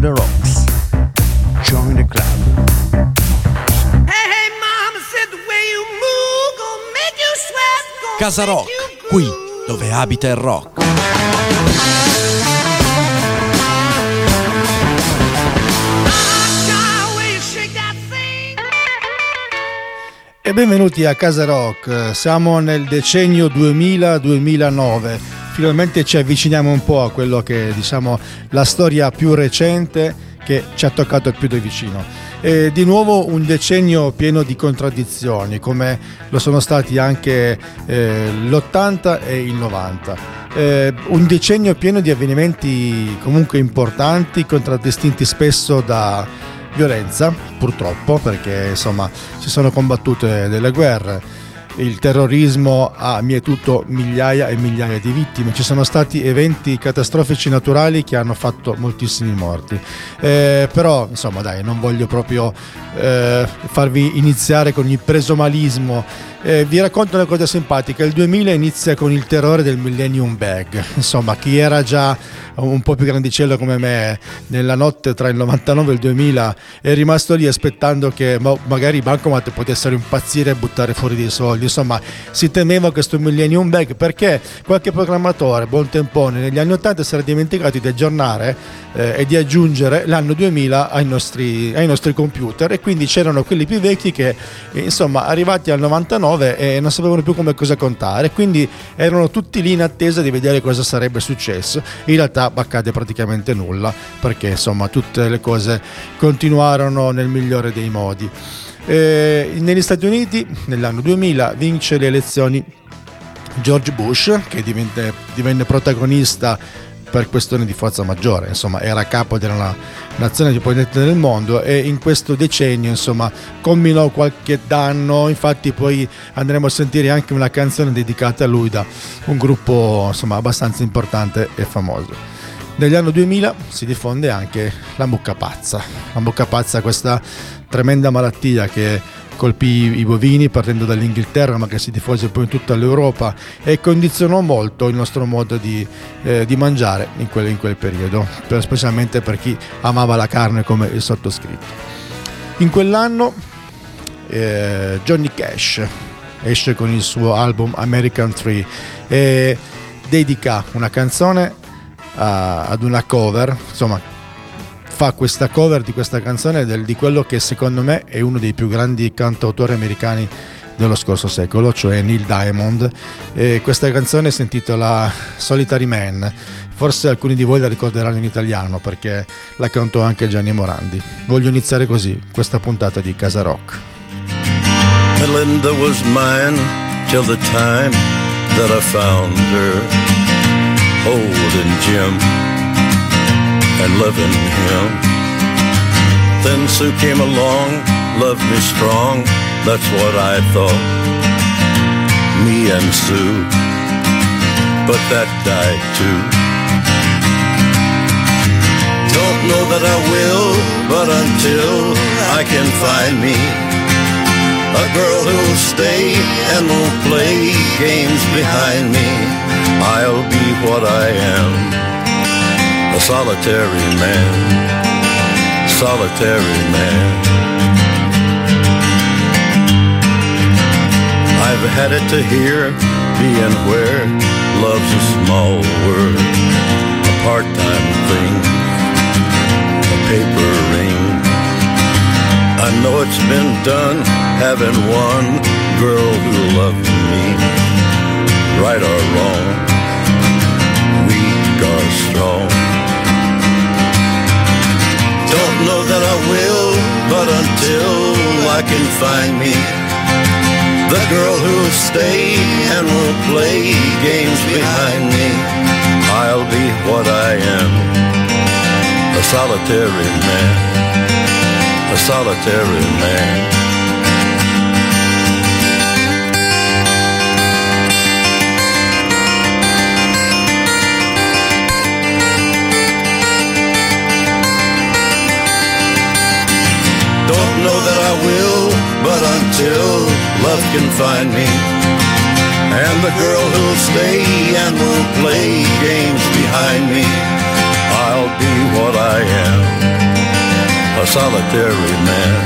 the Rocks. Join the club. Hey, hey, mama said the way you move gonna make you sweat. Casa Rock, qui dove abita il rock. E benvenuti a Casa Rock, siamo nel decennio 2000-2009, finalmente ci avviciniamo un po' a quello che è, diciamo, la storia più recente che ci ha toccato più da vicino. E di nuovo un decennio pieno di contraddizioni, come lo sono stati anche l'80 e il 90. Un decennio pieno di avvenimenti comunque importanti, contraddistinti spesso da violenza, purtroppo, perché insomma si sono combattute delle guerre, il terrorismo ha mietuto migliaia e migliaia di vittime, ci sono stati eventi catastrofici naturali che hanno fatto moltissimi morti, però insomma dai, non voglio proprio farvi iniziare con il presomalismo. Vi racconto una cosa simpatica. Il 2000 inizia con il terrore del Millennium Bag. Insomma, chi era già un po' più grandicello come me nella notte tra il 99 e il 2000 è rimasto lì aspettando che magari i bancomat potessero impazzire e buttare fuori dei soldi. Insomma, si temeva questo Millennium Bag perché qualche programmatore buon tempone negli anni 80 si era dimenticato di aggiornare e di aggiungere l'anno 2000 ai nostri computer, e quindi c'erano quelli più vecchi che insomma arrivati al 99 e non sapevano più come cosa contare, quindi erano tutti lì in attesa di vedere cosa sarebbe successo. In realtà accade praticamente nulla, perché insomma tutte le cose continuarono nel migliore dei modi. Negli Stati Uniti nell'anno 2000 vince le elezioni George Bush, che divenne protagonista per questione di forza maggiore, insomma era capo della nazione più potente del mondo, e in questo decennio insomma combinò qualche danno. Infatti poi andremo a sentire anche una canzone dedicata a lui da un gruppo insomma abbastanza importante e famoso. Negli anni 2000 si diffonde anche la mucca pazza, questa tremenda malattia che colpì i bovini partendo dall'Inghilterra, ma che si diffuse poi in tutta l'Europa e condizionò molto il nostro modo di mangiare in quel periodo, specialmente per chi amava la carne come il sottoscritto. In quell'anno Johnny Cash esce con il suo album American Tree e dedica una canzone ad una cover, insomma fa questa cover di questa canzone di quello che secondo me è uno dei più grandi cantautori americani dello scorso secolo, cioè Neil Diamond, e questa canzone si intitola Solitary Man. Forse alcuni di voi la ricorderanno in italiano perché la cantò anche Gianni Morandi. Voglio iniziare così questa puntata di Casa Rock. Melinda was mine till the time that I found her holding Jim and loving him. Then Sue came along, loved me strong, that's what I thought, me and Sue, but that died too. Don't know that I will, but until I can find me a girl who'll stay and won't play games behind me, I'll be what I am, a solitary man, solitary man. I've had it to hear, being where love's a small word, a part-time thing, a paper ring. I know it's been done, having one girl who loved me, right or wrong, weak or strong. Don't know that I will, but until I can find me the girl who'll stay and will play games behind me, I'll be what I am, a solitary man, a solitary man. Don't know that I will, but until love can find me, and the girl who'll stay and won't play games behind me, I'll be what I am, solitary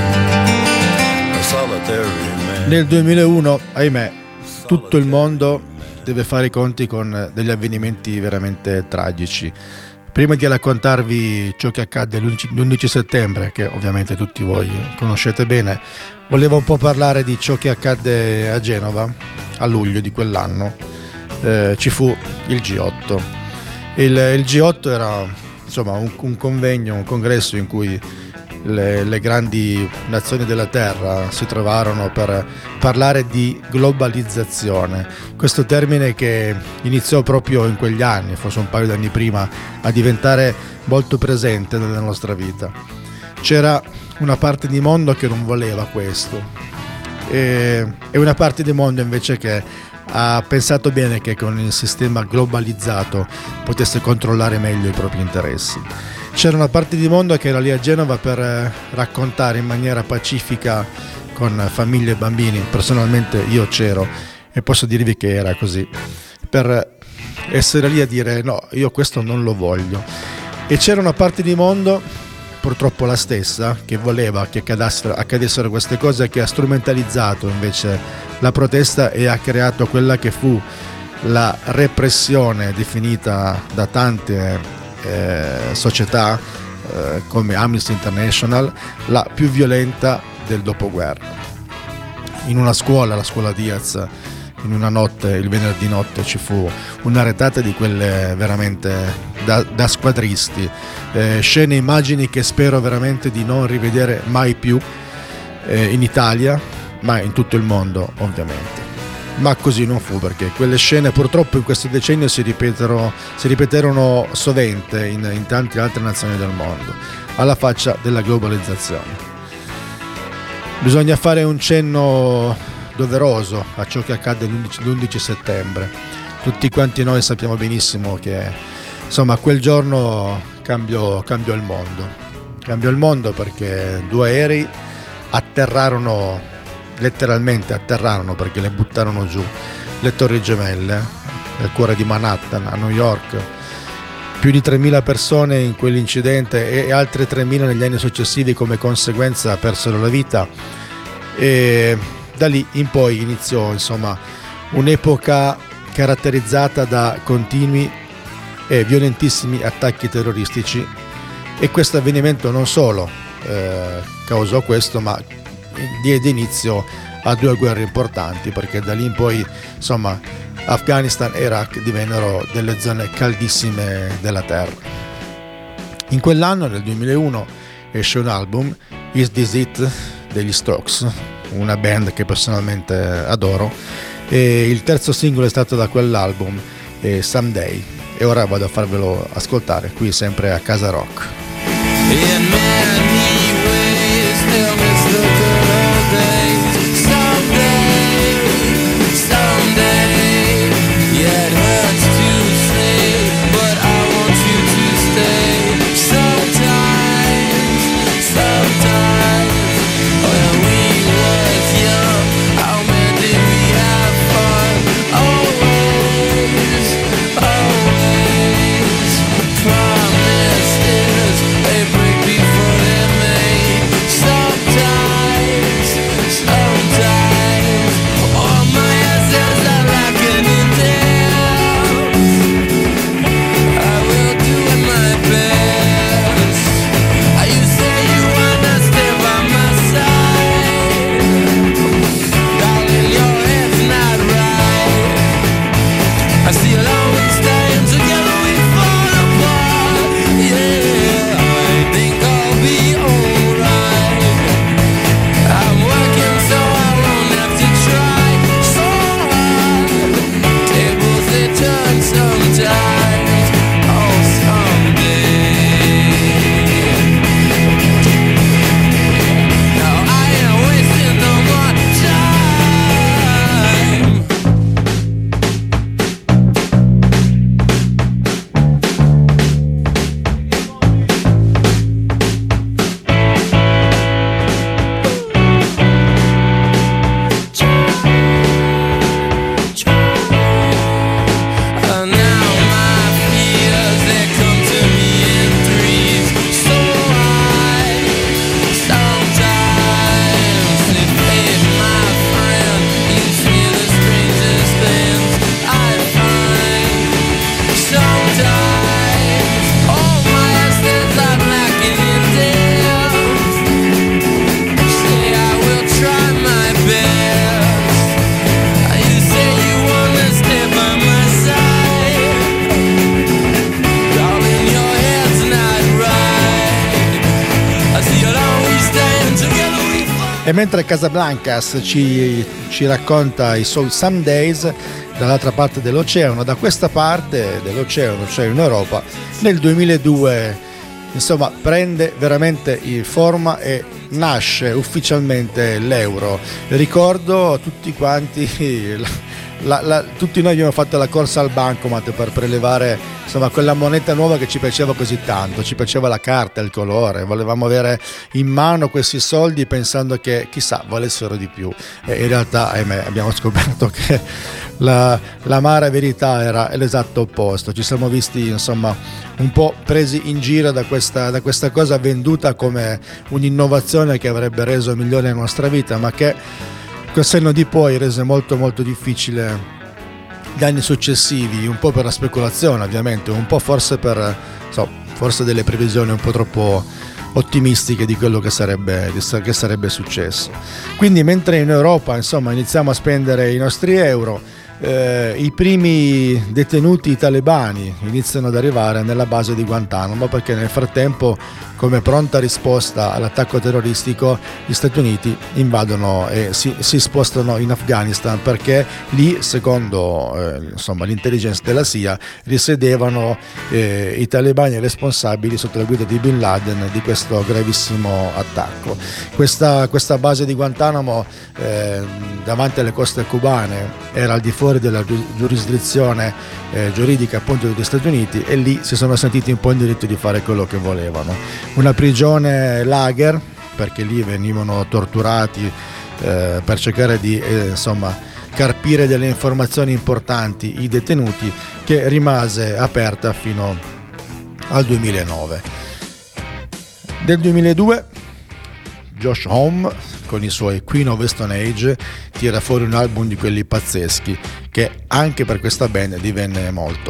man, a solitary man. Nel 2001, ahimè, tutto il mondo deve fare i conti con degli avvenimenti veramente tragici. Prima di raccontarvi ciò che accadde l'11 settembre, che ovviamente tutti voi conoscete bene, volevo un po' parlare di ciò che accadde a Genova a luglio di quell'anno. Ci fu il G8. Il G8 era insomma un convegno, un congresso in cui le grandi nazioni della terra si trovarono per parlare di globalizzazione, questo termine che iniziò proprio in quegli anni, forse un paio d'anni prima, a diventare molto presente nella nostra vita. C'era una parte di mondo che non voleva questo e una parte di mondo invece che ha pensato bene che con il sistema globalizzato potesse controllare meglio i propri interessi. C'era una parte di mondo che era lì a Genova per raccontare in maniera pacifica con famiglie e bambini. Personalmente io c'ero e posso dirvi che era così, per essere lì a dire no, io questo non lo voglio. E c'era una parte di mondo, purtroppo la stessa, che voleva che accadessero queste cose, che ha strumentalizzato invece la protesta e ha creato quella che fu la repressione definita da tante società come Amnesty International la più violenta del dopoguerra. In una scuola, la scuola Diaz, in una notte, il venerdì notte, ci fu una retata di quelle veramente da squadristi, scene e immagini che spero veramente di non rivedere mai più in Italia, ma in tutto il mondo ovviamente. Ma così non fu, perché quelle scene purtroppo in questo decennio si ripeterono sovente in tante altre nazioni del mondo, alla faccia della globalizzazione. Bisogna fare un cenno doveroso a ciò che accadde l'11 settembre. Tutti quanti noi sappiamo benissimo che insomma quel giorno cambiò il mondo. Cambiò il mondo perché 2 aerei letteralmente atterrarono, perché le buttarono giù, le Torri Gemelle nel cuore di Manhattan a New York. Più di 3.000 persone in quell'incidente e altre 3.000 negli anni successivi come conseguenza persero la vita, e da lì in poi iniziò insomma un'epoca caratterizzata da continui e violentissimi attacchi terroristici, e questo avvenimento non solo causò questo, ma diede inizio a 2 guerre importanti, perché da lì in poi insomma Afghanistan e Iraq divennero delle zone caldissime della terra. In quell'anno, nel 2001, esce un album, Is This It, degli Strokes, una band che personalmente adoro, e il terzo singolo è stato da quell'album, Someday, e ora vado a farvelo ascoltare qui sempre a Casa Rock. Sometimes E mentre Casablancas ci racconta i suoi Some Days dall'altra parte dell'oceano, da questa parte dell'oceano, cioè in Europa, nel 2002 insomma prende veramente forma e nasce ufficialmente l'euro. Ricordo tutti quanti, tutti noi abbiamo fatto la corsa al bancomat per prelevare insomma quella moneta nuova che ci piaceva così tanto, ci piaceva la carta, il colore, volevamo avere in mano questi soldi pensando che chissà valessero di più, e in realtà ahimè abbiamo scoperto che l'amara verità era l'esatto opposto. Ci siamo visti insomma un po' presi in giro da questa cosa venduta come un'innovazione che avrebbe reso migliore la nostra vita, ma che col senno di poi rese molto molto difficile gli anni successivi, un po' per la speculazione ovviamente, un po' forse per forse delle previsioni un po' troppo ottimistiche di quello che sarebbe successo. Quindi mentre in Europa insomma iniziamo a spendere i nostri euro, i primi detenuti talebani iniziano ad arrivare nella base di Guantanamo, perché nel frattempo, come pronta risposta all'attacco terroristico, gli Stati Uniti invadono e si spostano in Afghanistan, perché lì, secondo l'intelligence della CIA, risiedevano i talebani responsabili sotto la guida di Bin Laden di questo gravissimo attacco. Questa base di Guantanamo davanti alle coste cubane era al di fuori della giurisdizione giuridica appunto degli Stati Uniti, e lì si sono sentiti un po' in diritto di fare quello che volevano. Una prigione lager, perché lì venivano torturati per cercare di carpire delle informazioni importanti i detenuti, che rimase aperta fino al 2009. Del 2002 Josh Homme con i suoi Queen of the Stone Age tira fuori un album di quelli pazzeschi, che anche per questa band divenne molto.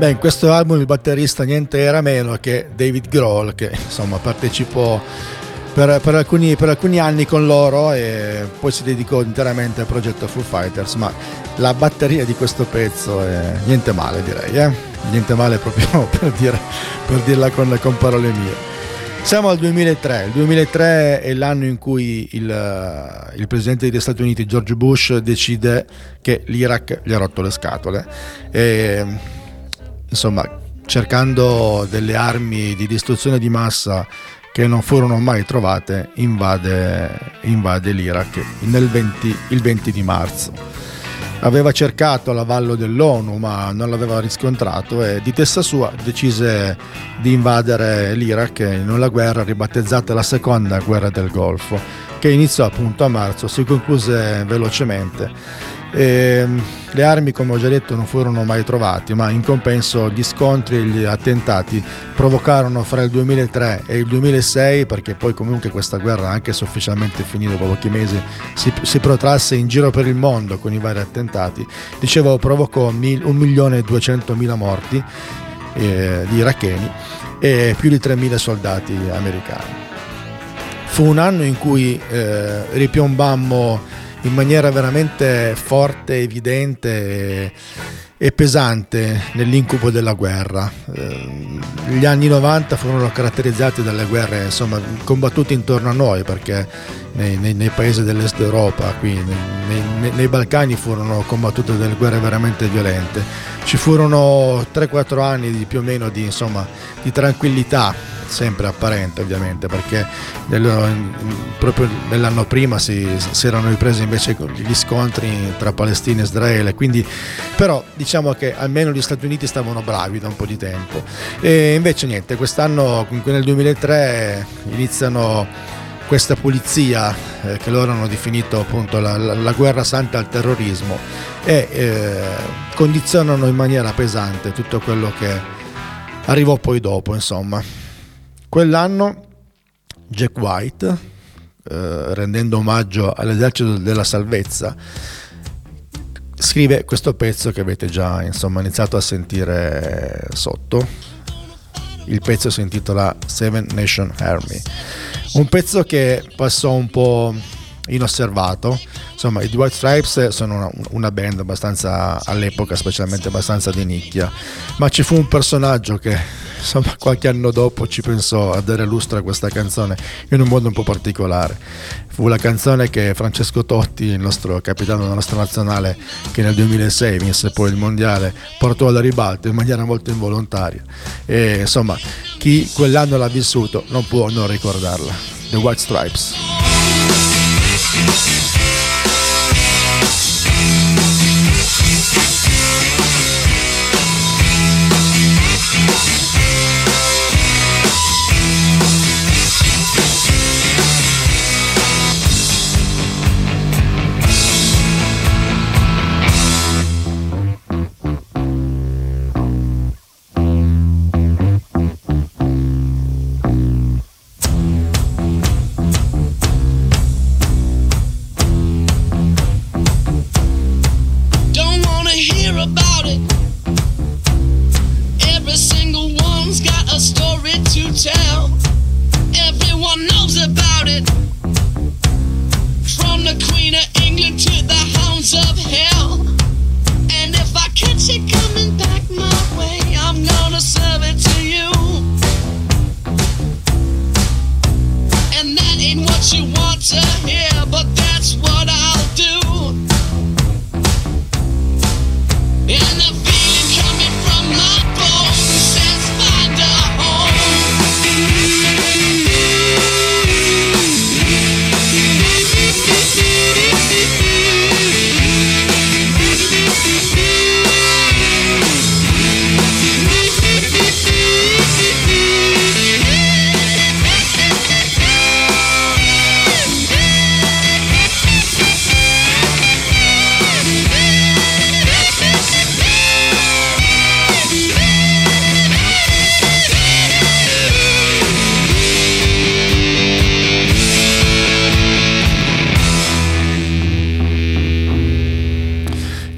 Beh, in questo album il batterista niente era meno che David Grohl, che insomma partecipò per alcuni anni con loro e poi si dedicò interamente al progetto Foo Fighters, ma la batteria di questo pezzo è niente male, direi, niente male proprio per dirla con parole mie. Siamo al 2003. Il 2003 è l'anno in cui il presidente degli Stati Uniti George Bush decide che l'Iraq gli ha rotto le scatole e, insomma, cercando delle armi di distruzione di massa che non furono mai trovate, invade l'Iraq il 20 di marzo. Aveva cercato l'avallo dell'ONU ma non l'aveva riscontrato e di testa sua decise di invadere l'Iraq in una guerra ribattezzata la seconda guerra del Golfo, che iniziò appunto a marzo, si concluse velocemente. E le armi, come ho già detto, non furono mai trovate, ma in compenso gli scontri e gli attentati provocarono fra il 2003 e il 2006, perché poi comunque questa guerra, anche se ufficialmente finita dopo pochi mesi, si protrasse in giro per il mondo con i vari attentati. Dicevo, provocò 1.200.000 morti di iracheni e più di 3.000 soldati americani. Fu un anno in cui ripiombammo in maniera veramente forte, evidente e pesante nell'incubo della guerra. Gli anni 90 furono caratterizzati dalle guerre, insomma, combattute intorno a noi, perché nei paesi dell'est Europa, qui nei Balcani, furono combattute delle guerre veramente violente. Ci furono 3-4 anni più o meno di tranquillità, sempre apparente ovviamente, perché proprio nell'anno prima si erano ripresi invece gli scontri tra Palestina e Israele, quindi però diciamo che almeno gli Stati Uniti stavano bravi da un po' di tempo. E invece niente, quest'anno, nel 2003, iniziano questa pulizia che loro hanno definito appunto la guerra santa al terrorismo e condizionano in maniera pesante tutto quello che arrivò poi dopo, insomma. Quell'anno Jack White, rendendo omaggio all'esercito della salvezza, scrive questo pezzo che avete già, insomma, iniziato a sentire sotto. Il pezzo si intitola Seven Nation Army, un pezzo che passò un po' inosservato. Insomma, i White Stripes sono una band abbastanza, all'epoca specialmente, abbastanza di nicchia, ma ci fu un personaggio che, insomma, qualche anno dopo ci pensò a dare lustro a questa canzone in un modo un po' particolare. Fu la canzone che Francesco Totti, il nostro capitano della nostra nazionale, che nel 2006 vinse poi il mondiale, portò alla ribalta in maniera molto involontaria. E insomma, chi quell'anno l'ha vissuto non può non ricordarla. The White Stripes. Coming from my bones says find a home.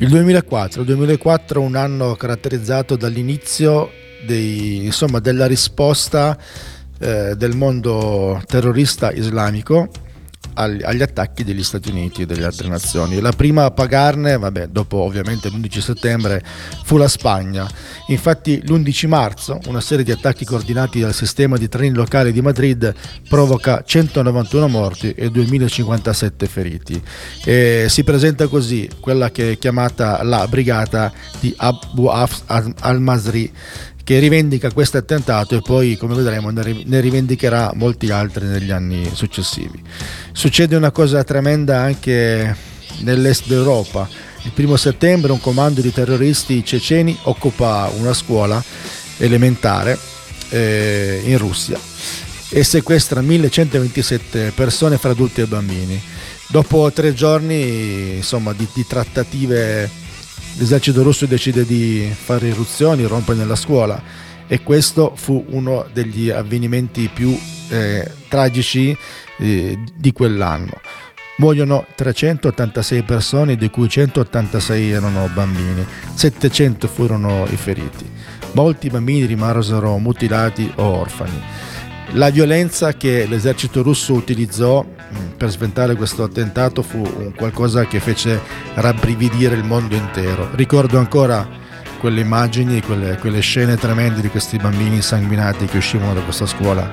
Il 2004 un anno caratterizzato dall'inizio della risposta del mondo terrorista islamico agli attacchi degli Stati Uniti e delle altre nazioni. La prima a pagarne, dopo ovviamente l'11 settembre, fu la Spagna. Infatti l'11 marzo una serie di attacchi coordinati dal sistema di treni locali di Madrid provoca 191 morti e 2057 feriti. E si presenta così quella che è chiamata la brigata di Abu Hafs al-Masri, che rivendica questo attentato e poi, come vedremo, ne rivendicherà molti altri negli anni successivi. Succede una cosa tremenda anche nell'est d'Europa. Il 1 settembre un comando di terroristi ceceni occupa una scuola elementare in Russia e sequestra 1127 persone fra adulti e bambini. Dopo 3 giorni di trattative, l'esercito russo decide di fare irruzioni, rompere nella scuola, e questo fu uno degli avvenimenti più tragici di quell'anno. Muoiono 386 persone, di cui 186 erano bambini, 700 furono i feriti. Molti bambini rimasero mutilati o orfani. La violenza che l'esercito russo utilizzò per sventare questo attentato fu qualcosa che fece rabbrividire il mondo intero. Ricordo ancora quelle immagini, quelle scene tremende di questi bambini insanguinati che uscivano da questa scuola.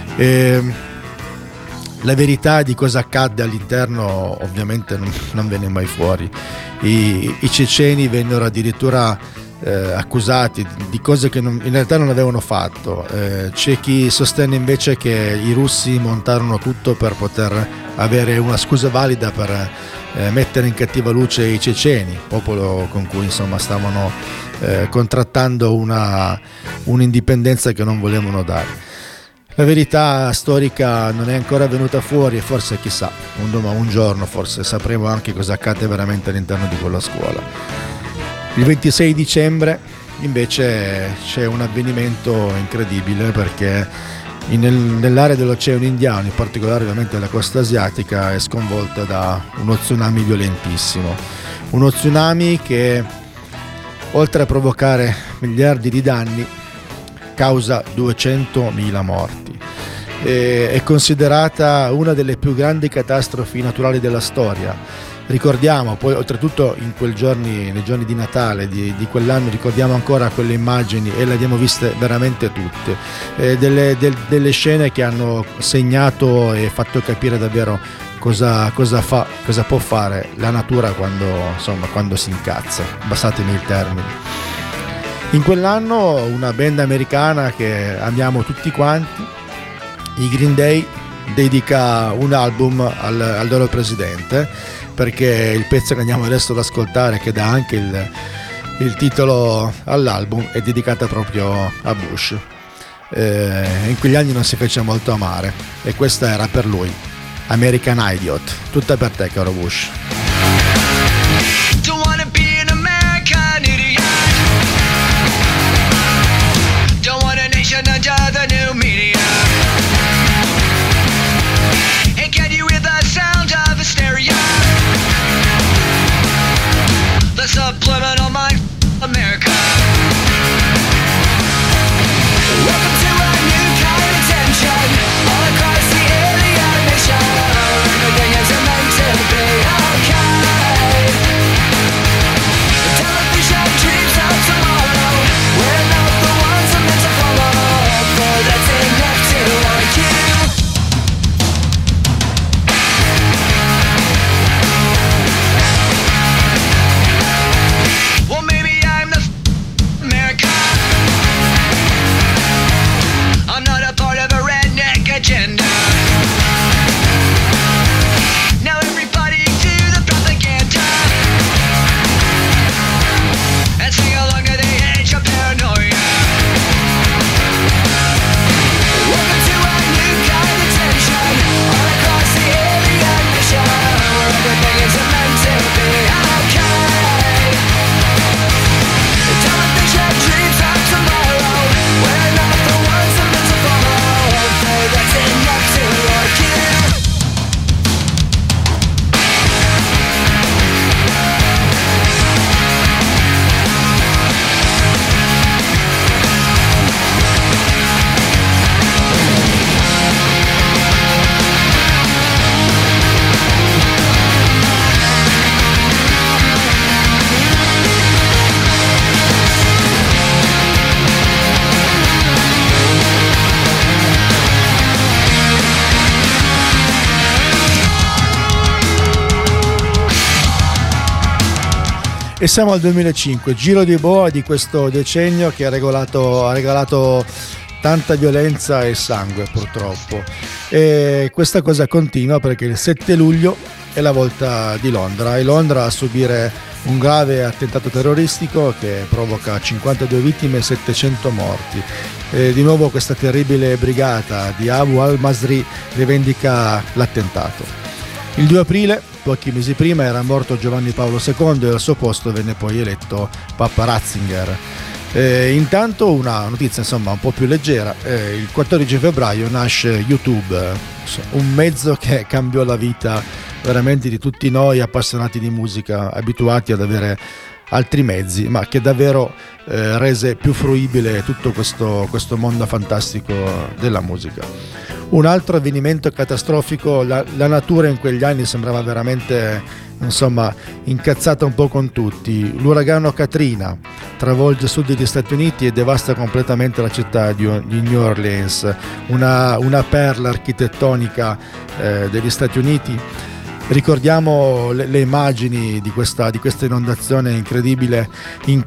La verità di cosa accadde all'interno ovviamente non venne mai fuori. I ceceni vennero addirittura accusati di cose che in realtà non avevano fatto. C'è chi sostenne invece che i russi montarono tutto per poter avere una scusa valida per mettere in cattiva luce i ceceni, popolo con cui stavano contrattando un'indipendenza che non volevano dare. La verità storica non è ancora venuta fuori e forse chissà, un giorno forse sapremo anche cosa accadde veramente all'interno di quella scuola. Il 26 dicembre invece c'è un avvenimento incredibile, perché nell'area dell'Oceano Indiano, in particolare ovviamente la costa asiatica, è sconvolta da uno tsunami violentissimo. Uno tsunami che, oltre a provocare miliardi di danni, causa 200.000 morti. È considerata una delle più grandi catastrofi naturali della storia. Ricordiamo poi, oltretutto nei giorni di Natale di quell'anno, ricordiamo ancora quelle immagini e le abbiamo viste veramente tutte, delle scene che hanno segnato e fatto capire davvero cosa può fare la natura quando si incazza, passatemi il termine. In quell'anno una band americana che amiamo tutti quanti, i Green Day, dedica un album al loro presidente, perché il pezzo che andiamo adesso ad ascoltare, che dà anche il titolo all'album, è dedicata proprio a Bush. In quegli anni non si fece molto amare e questa era per lui, American Idiot, tutta per te caro Bush. Don't wanna be an American idiot. Don't want a nation under the new media. And can you hear the sound of hysteria? The subliminal mind, America. Welcome to a new kind of tension all across the alien nation. Everything is meant to be okay. E siamo al 2005, giro di boa di questo decennio che ha regalato tanta violenza e sangue purtroppo, e questa cosa continua perché il 7 luglio è la volta di Londra, e Londra a subire un grave attentato terroristico che provoca 52 vittime e 700 morti. Di nuovo questa terribile brigata di Abu al-Masri rivendica l'attentato. Il 2 aprile, pochi mesi prima, era morto Giovanni Paolo II e al suo posto venne poi eletto Papa Ratzinger. Intanto una notizia insomma un po' più leggera, il 14 febbraio nasce YouTube, un mezzo che cambiò la vita veramente di tutti noi appassionati di musica, abituati ad avere altri mezzi, ma che davvero rese più fruibile tutto questo mondo fantastico della musica. Un altro avvenimento catastrofico, la natura in quegli anni sembrava veramente insomma incazzata un po' con tutti. L'uragano Katrina travolge il sud degli Stati Uniti e devasta completamente la città di New Orleans, una perla architettonica degli Stati Uniti. Ricordiamo le immagini di questa inondazione incredibile. In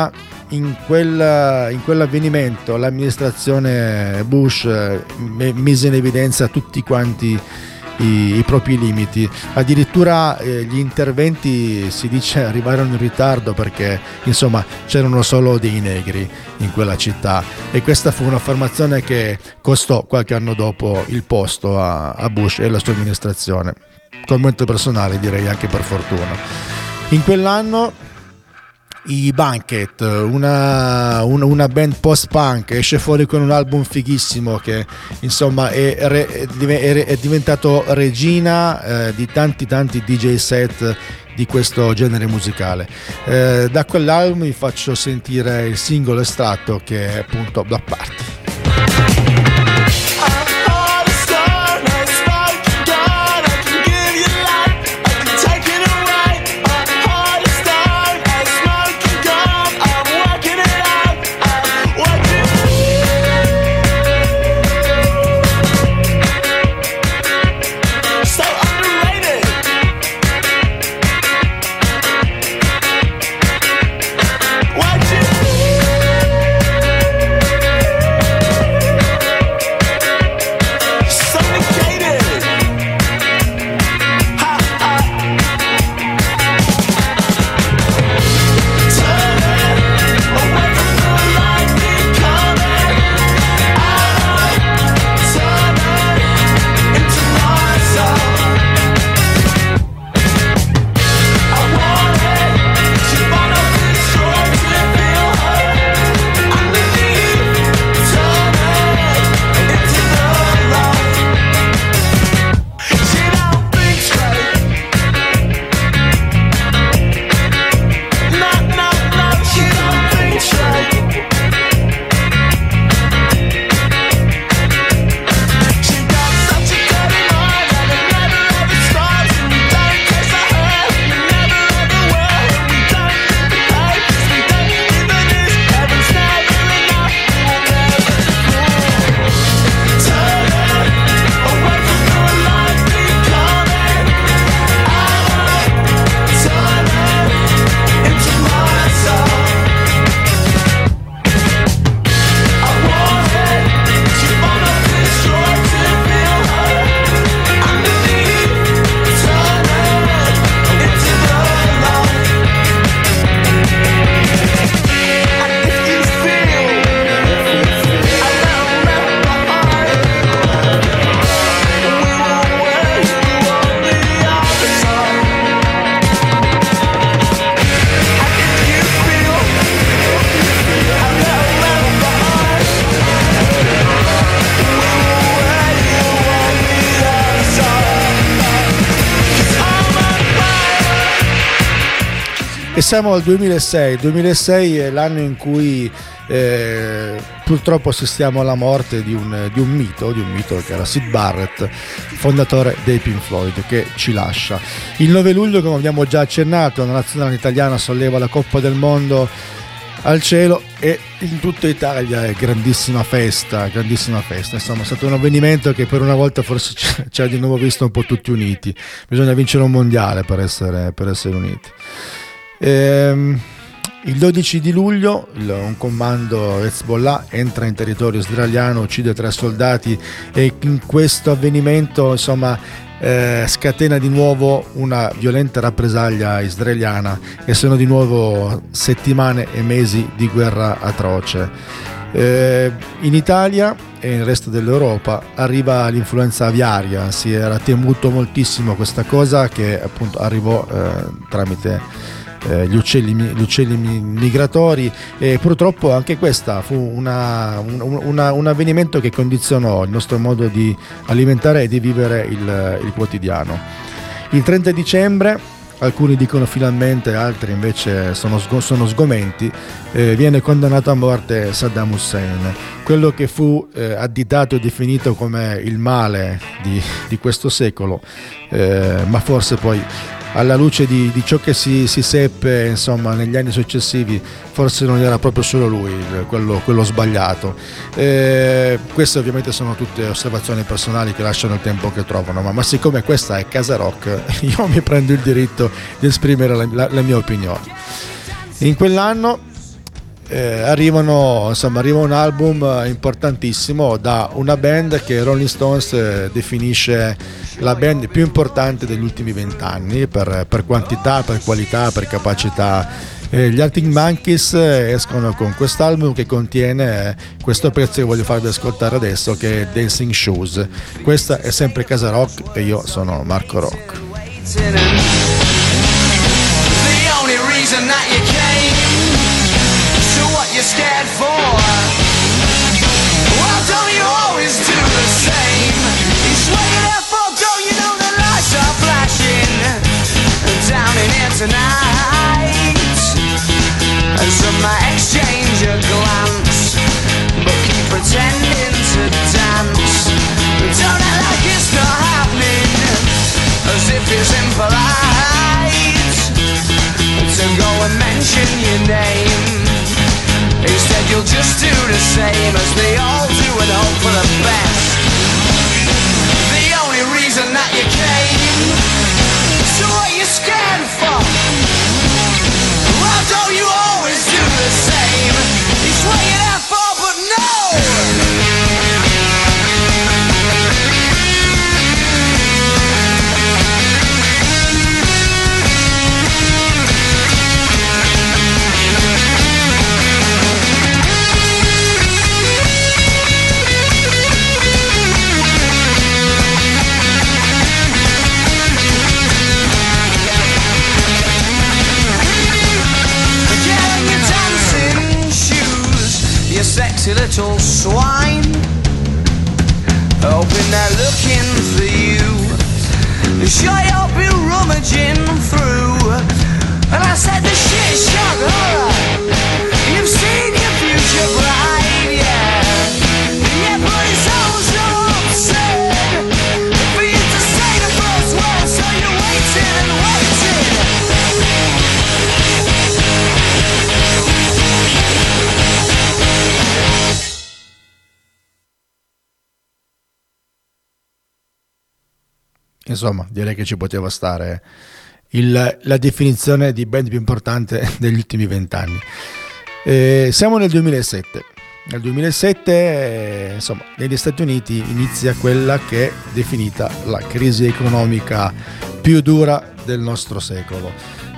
quell'avvenimento l'amministrazione Bush mise in evidenza tutti quanti i propri limiti, addirittura gli interventi si dice arrivarono in ritardo perché insomma c'erano solo dei negri in quella città, e questa fu un'affermazione che costò qualche anno dopo il posto a Bush e alla sua amministrazione. Commento personale, direi anche per fortuna. In quell'anno i Bunket, una band post-punk, esce fuori con un album fighissimo che insomma è diventato regina di tanti DJ set di questo genere musicale. Da quell'album vi faccio sentire il singolo estratto che è appunto Block Party. E siamo al 2006. 2006 è l'anno in cui purtroppo assistiamo alla morte di un mito che era Syd Barrett, fondatore dei Pink Floyd, che ci lascia. Il 9 luglio, come abbiamo già accennato, la nazionale italiana solleva la Coppa del Mondo al cielo e in tutta Italia è grandissima festa. Insomma, è stato un avvenimento che per una volta forse ci ha di nuovo visto un po' tutti uniti. Bisogna vincere un mondiale per essere uniti. Il 12 di luglio un comando Hezbollah entra in territorio israeliano, uccide 3 soldati e in questo avvenimento scatena di nuovo una violenta rappresaglia israeliana e sono di nuovo settimane e mesi di guerra atroce. In Italia e nel resto dell'Europa arriva l'influenza aviaria, si era temuto moltissimo questa cosa che appunto arrivò tramite gli uccelli migratori e purtroppo anche questa fu un avvenimento che condizionò il nostro modo di alimentare e di vivere il quotidiano. Il 30 dicembre, alcuni dicono finalmente, altri invece sono sgomenti, viene condannato a morte Saddam Hussein, quello che fu additato e definito come il male di questo secolo, ma forse poi alla luce di ciò che si seppe negli anni successivi, forse non era proprio solo lui quello sbagliato. Queste ovviamente sono tutte osservazioni personali che lasciano il tempo che trovano, ma siccome questa è Casa Rock, io mi prendo il diritto di esprimere la mia opinione. In quell'anno arriva un album importantissimo da una band che Rolling Stones definisce la band più importante degli ultimi 20 anni per quantità, per qualità, per capacità. Gli Arctic Monkeys escono con quest'album che contiene questo pezzo che voglio farvi ascoltare adesso, che è Dancing Shoes. Questa è sempre Casa Rock e io sono Marco Rock. You're scared for. Well, don't you always do the same? You swing it up, for don't you know the lights are flashing down in here tonight? And some might exchange a glance, but keep pretending to dance. Don't act like it's not happening, as if it's impolite to go and mention your name. Instead you'll just do the same as they all do and hope for the best. The only reason that you came, so what you scared for? Well, don't you always do the same? You swing it out for, but no! You sexy little swine, hoping they're looking for you. Sure you'll be rummaging through. And I said the shit shock horror. You've seen your future bride, yeah. Yeah, but it's all so absurd for you to say the first word, so you're waiting and waiting. Insomma, direi che ci poteva stare la definizione di band più importante degli ultimi 20 anni. Siamo nel 2007. Nel 2007, negli Stati Uniti inizia quella che è definita la crisi economica più dura del nostro secolo.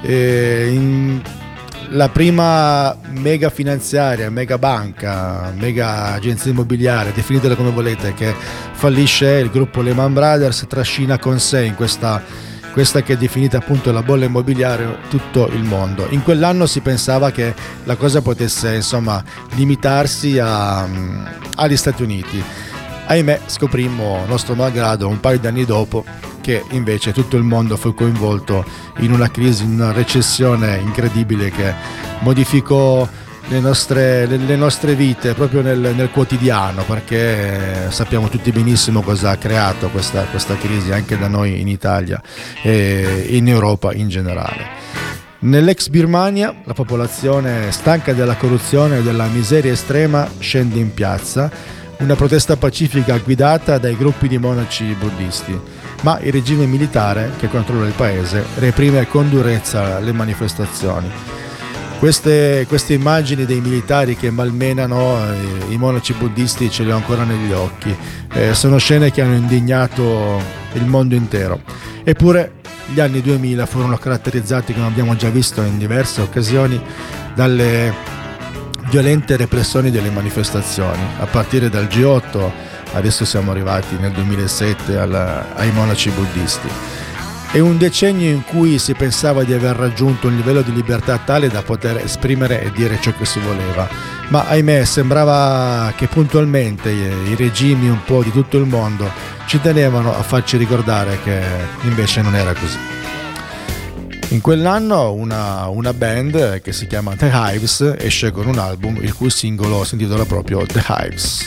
La prima mega finanziaria, mega banca, mega agenzia immobiliare, definitela come volete, che fallisce, il gruppo Lehman Brothers trascina con sé in questa che è definita appunto la bolla immobiliare tutto il mondo. In quell'anno si pensava che la cosa potesse limitarsi agli Stati Uniti. Ahimè, scoprimmo, nostro malgrado, un paio di anni dopo, che invece tutto il mondo fu coinvolto in una crisi, in una recessione incredibile che modificò le nostre vite proprio nel quotidiano, perché sappiamo tutti benissimo cosa ha creato questa crisi anche da noi in Italia e in Europa in generale. Nell'ex Birmania la popolazione, stanca della corruzione e della miseria estrema, scende in piazza, una protesta pacifica guidata dai gruppi di monaci buddisti. ma il regime militare che controlla il paese reprime con durezza le manifestazioni. Queste immagini dei militari che malmenano i monaci buddisti ce le ho ancora negli occhi. Sono scene che hanno indignato il mondo intero. Eppure gli anni 2000 furono caratterizzati, come abbiamo già visto in diverse occasioni, dalle violente repressioni delle manifestazioni, a partire dal G8, adesso siamo arrivati nel 2007 ai monaci buddisti. È un decennio in cui si pensava di aver raggiunto un livello di libertà tale da poter esprimere e dire ciò che si voleva, ma ahimè sembrava che puntualmente i regimi un po' di tutto il mondo ci tenevano a farci ricordare che invece non era così. In quell'anno una band che si chiama The Hives esce con un album il cui singolo si intitola proprio The Hives.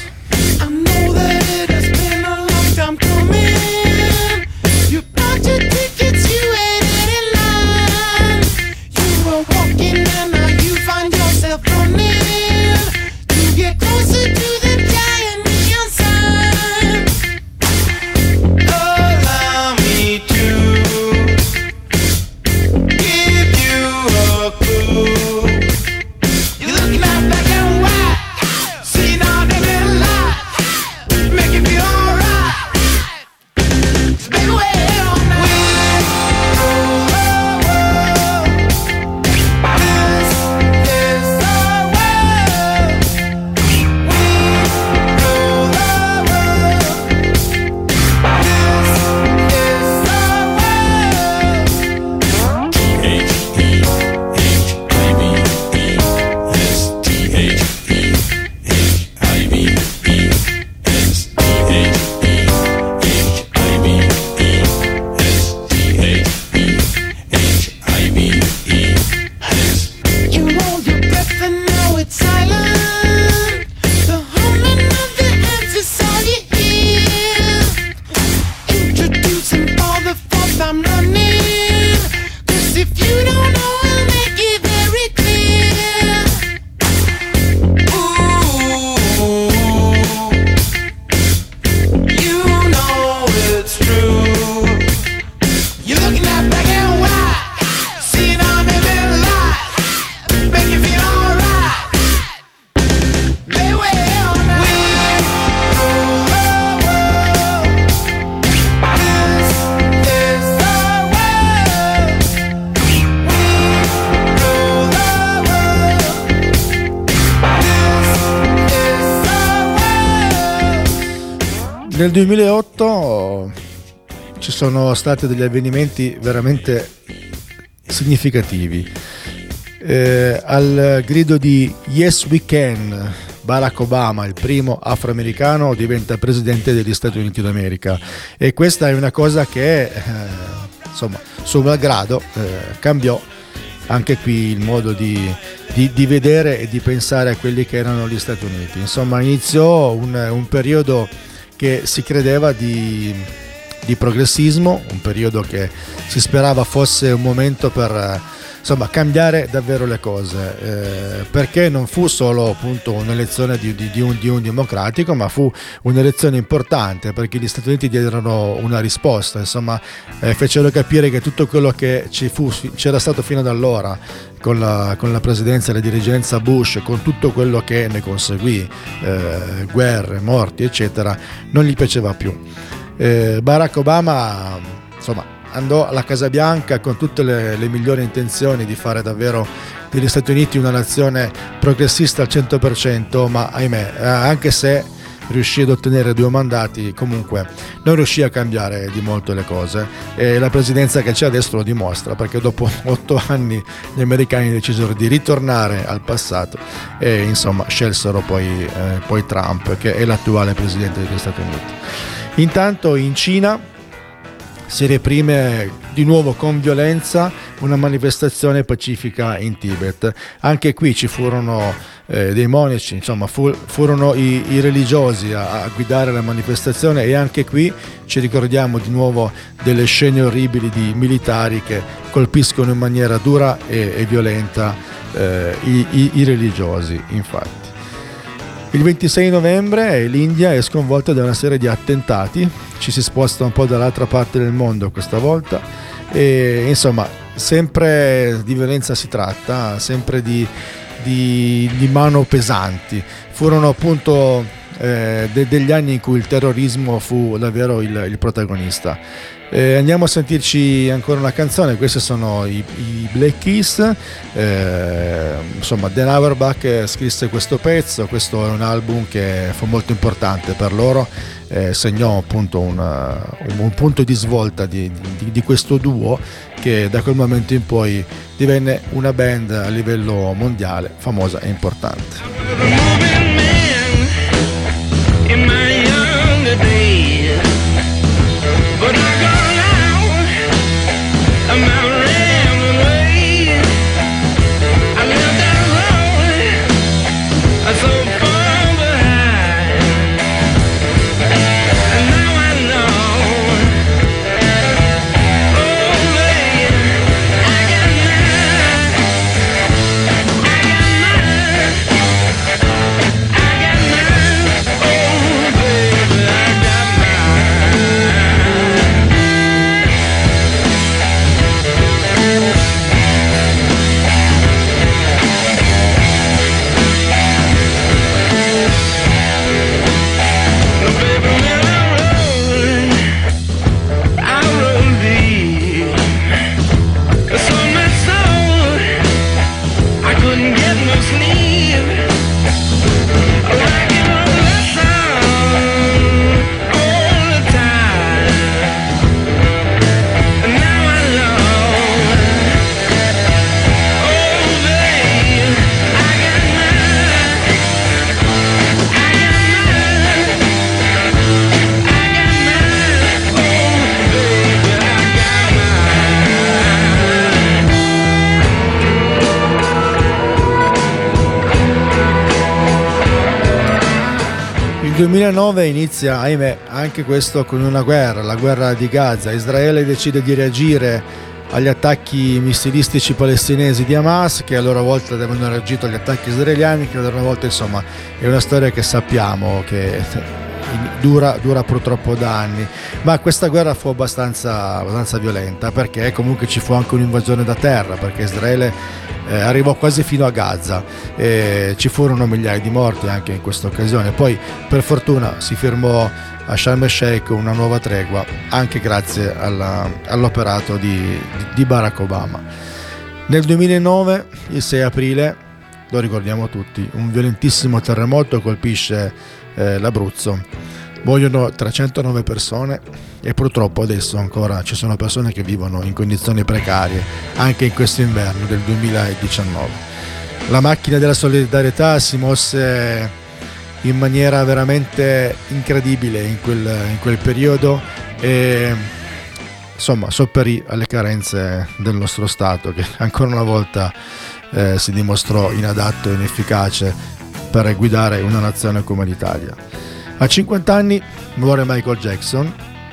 Nel 2008 ci sono stati degli avvenimenti veramente significativi. Al grido di Yes We Can, Barack Obama, il primo afroamericano, diventa presidente degli Stati Uniti d'America, e questa è una cosa che insomma, suo malgrado cambiò anche qui il modo di vedere e di pensare a quelli che erano gli Stati Uniti. Insomma, iniziò un periodo che si credeva di progressismo, un periodo che si sperava fosse un momento per insomma cambiare davvero le cose, perché non fu solo appunto un'elezione di un democratico, ma fu un'elezione importante perché gli Stati Uniti diedero una risposta, insomma fecero capire che tutto quello che c'era stato fino ad allora con la presidenza e la dirigenza Bush, con tutto quello che ne conseguì, guerre, morti eccetera, non gli piaceva più. Barack Obama insomma andò alla Casa Bianca con tutte le migliori intenzioni di fare davvero degli Stati Uniti una nazione progressista al 100%, ma ahimè, anche se riuscì ad ottenere 2 mandati, comunque non riuscì a cambiare di molto le cose, e la presidenza che c'è adesso lo dimostra, perché dopo 8 anni gli americani decisero di ritornare al passato e insomma scelsero poi Trump, che è l'attuale presidente degli Stati Uniti. Intanto in Cina si reprime di nuovo con violenza una manifestazione pacifica in Tibet. Anche qui ci furono dei monaci, insomma furono i religiosi a guidare la manifestazione, e anche qui ci ricordiamo di nuovo delle scene orribili di militari che colpiscono in maniera dura e violenta i religiosi. Infatti il 26 novembre l'India è sconvolta da una serie di attentati. ci si sposta un po' dall'altra parte del mondo questa volta, e insomma sempre di violenza si tratta, sempre di mano pesanti. Furono appunto degli anni in cui il terrorismo fu davvero il protagonista. Andiamo a sentirci ancora una canzone. Questi sono i Black Keys. Insomma, Dan Auerbach scrisse questo pezzo. Questo è un album che fu molto importante per loro, segnò appunto un punto di svolta di questo duo, che da quel momento in poi divenne una band a livello mondiale famosa e importante. In my younger days, but I gone out, I'm out rambling ways. I left that road, I so far behind, and now I know, oh baby, I got mine, I got mine, I got mine, oh baby, I got baby, when I rode deep, so much so I couldn't get no sleep. Rock and roll song all the time, and now I know, oh babe, I got mine, I got mine, I got mine, oh baby, I got Il 2009 inizia, ahimè, anche questo con una guerra, la guerra di Gaza. Israele decide di reagire agli attacchi missilistici palestinesi di Hamas, che a loro volta devono reagire agli attacchi israeliani, che a loro volta, insomma, è una storia che sappiamo che dura purtroppo da anni. Ma questa guerra fu abbastanza violenta, perché comunque ci fu anche un'invasione da terra, perché Israele arrivò quasi fino a Gaza, ci furono migliaia di morti anche in questa occasione. Poi per fortuna si firmò a Sharm el Sheikh una nuova tregua, anche grazie all'operato di Barack Obama. Nel 2009, il 6 aprile, lo ricordiamo tutti, un violentissimo terremoto colpisce l'Abruzzo. Muoiono 309 persone e purtroppo adesso ancora ci sono persone che vivono in condizioni precarie anche in questo inverno del 2019. La macchina della solidarietà si mosse in maniera veramente incredibile in quel periodo e insomma sopperì alle carenze del nostro Stato, che ancora una volta si dimostrò inadatto e inefficace per guidare una nazione come l'Italia. A 50 anni muore Michael Jackson.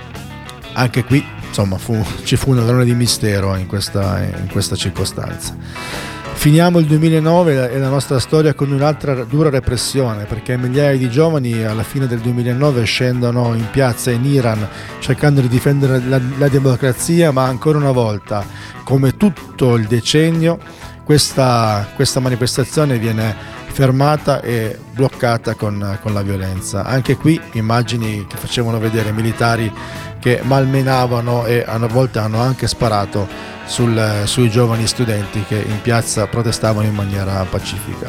Anche qui insomma ci fu un alone di mistero in questa circostanza. Finiamo il 2009 e la nostra storia con un'altra dura repressione, perché migliaia di giovani alla fine del 2009 scendono in piazza in Iran cercando di difendere la democrazia, ma ancora una volta, come tutto il decennio, questa manifestazione viene fermata e bloccata con la violenza. Anche qui immagini che facevano vedere militari che malmenavano e a volte hanno anche sparato sui giovani studenti che in piazza protestavano in maniera pacifica.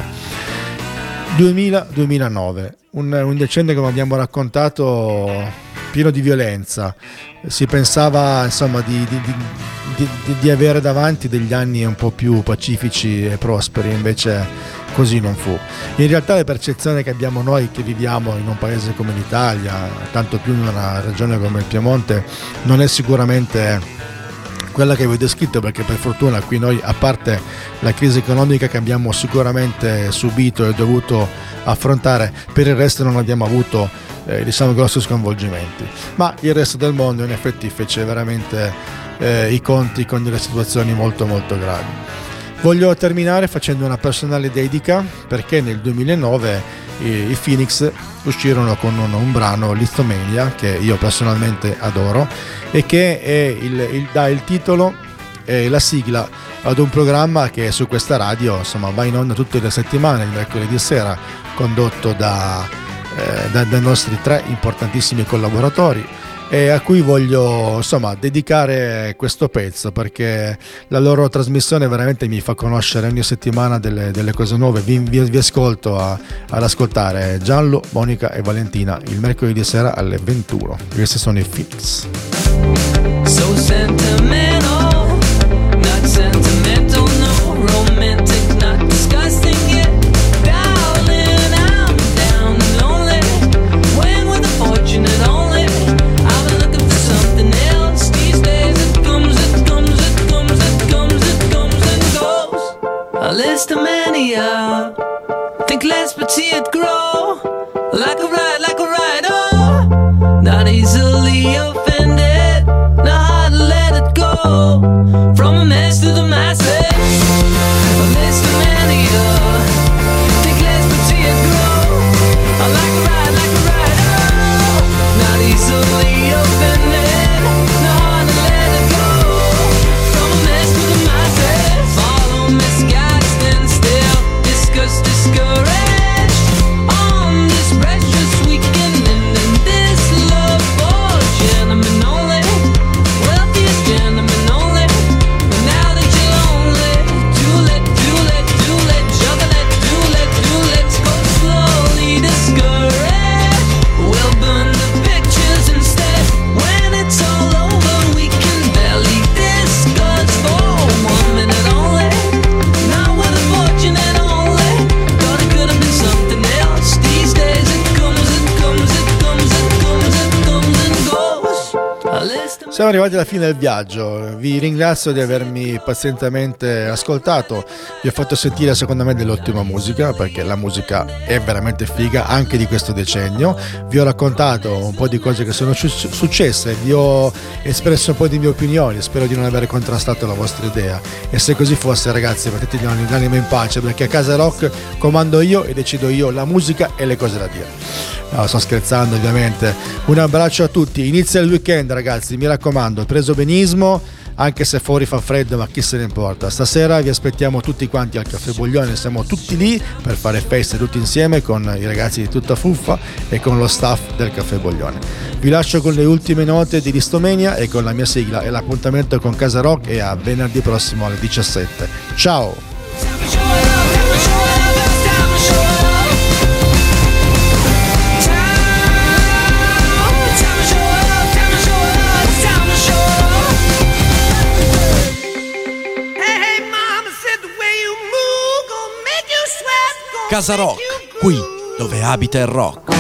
2000-2009, un decennio, come abbiamo raccontato, pieno di violenza. Si pensava insomma di avere davanti degli anni un po' più pacifici e prosperi, invece così non fu. In realtà la percezione che abbiamo noi che viviamo in un paese come l'Italia, tanto più in una regione come il Piemonte, non è sicuramente quella che vi ho descritto, perché per fortuna qui noi, a parte la crisi economica che abbiamo sicuramente subito e dovuto affrontare, per il resto non abbiamo avuto grossi sconvolgimenti, ma il resto del mondo in effetti fece veramente i conti con delle situazioni molto molto gravi. Voglio terminare facendo una personale dedica, perché nel 2009 i Phoenix uscirono con un brano, Lithomania, che io personalmente adoro e che è dà il titolo e la sigla ad un programma che su questa radio insomma va in onda tutte le settimane, il mercoledì sera, condotto dai nostri 3 importantissimi collaboratori, e a cui voglio insomma dedicare questo pezzo, perché la loro trasmissione veramente mi fa conoscere ogni settimana delle cose nuove. Vi ascolto ad ascoltare Gianlo, Monica e Valentina il mercoledì sera alle 21. Questi sono i Phoenix. So sentimental, not sentimental, no romantic, not disgusting yet. Darling, I'm down and lonely. When with a fortunate only, I've been looking for something else. These days it comes, it comes, it comes, it comes, it comes and goes. A list of mania, think less but see it grow. Like a ride, oh, not easily offended. Now to let it go. From a mess to the masses, a list of mania. Think less but see it grow. Like a ride, oh, not easily offended. Now to let it go. From a mess to the masses. Follow misguided, stand still, discouraged. On this precious weekend and in this love for gentlemen only. Wealthiest gentlemen only. But now that you're lonely, do let, juggle it, do let's go slowly discouraged. We'll burn the pictures instead. When it's all over, we can barely discuss for 1 minute only. Not with a fortunate only. Thought it could have been something else. These days it comes, it comes, it comes, it comes, it comes and goes. A list of Siamo arrivati alla fine del viaggio, vi ringrazio di avermi pazientemente ascoltato, vi ho fatto sentire secondo me dell'ottima musica, perché la musica è veramente figa anche di questo decennio, vi ho raccontato un po' di cose che sono successe, vi ho espresso un po' di mie opinioni, spero di non aver contrastato la vostra idea, e se così fosse ragazzi mettete l'anima in pace, perché a Casa Rock comando io e decido io la musica e le cose da dire. No, sto scherzando ovviamente. Un abbraccio a tutti, inizia il weekend ragazzi, mi raccomando, preso benismo, anche se fuori fa freddo, ma chi se ne importa. Stasera vi aspettiamo tutti quanti al Caffè Boglione, siamo tutti lì per fare feste tutti insieme con i ragazzi di Tutta Fuffa e con lo staff del Caffè Boglione. Vi lascio con le ultime note di Lithomania e con la mia sigla, e l'appuntamento con Casa Rock è a venerdì prossimo alle 17. Ciao! Casa Rock, qui dove abita il rock.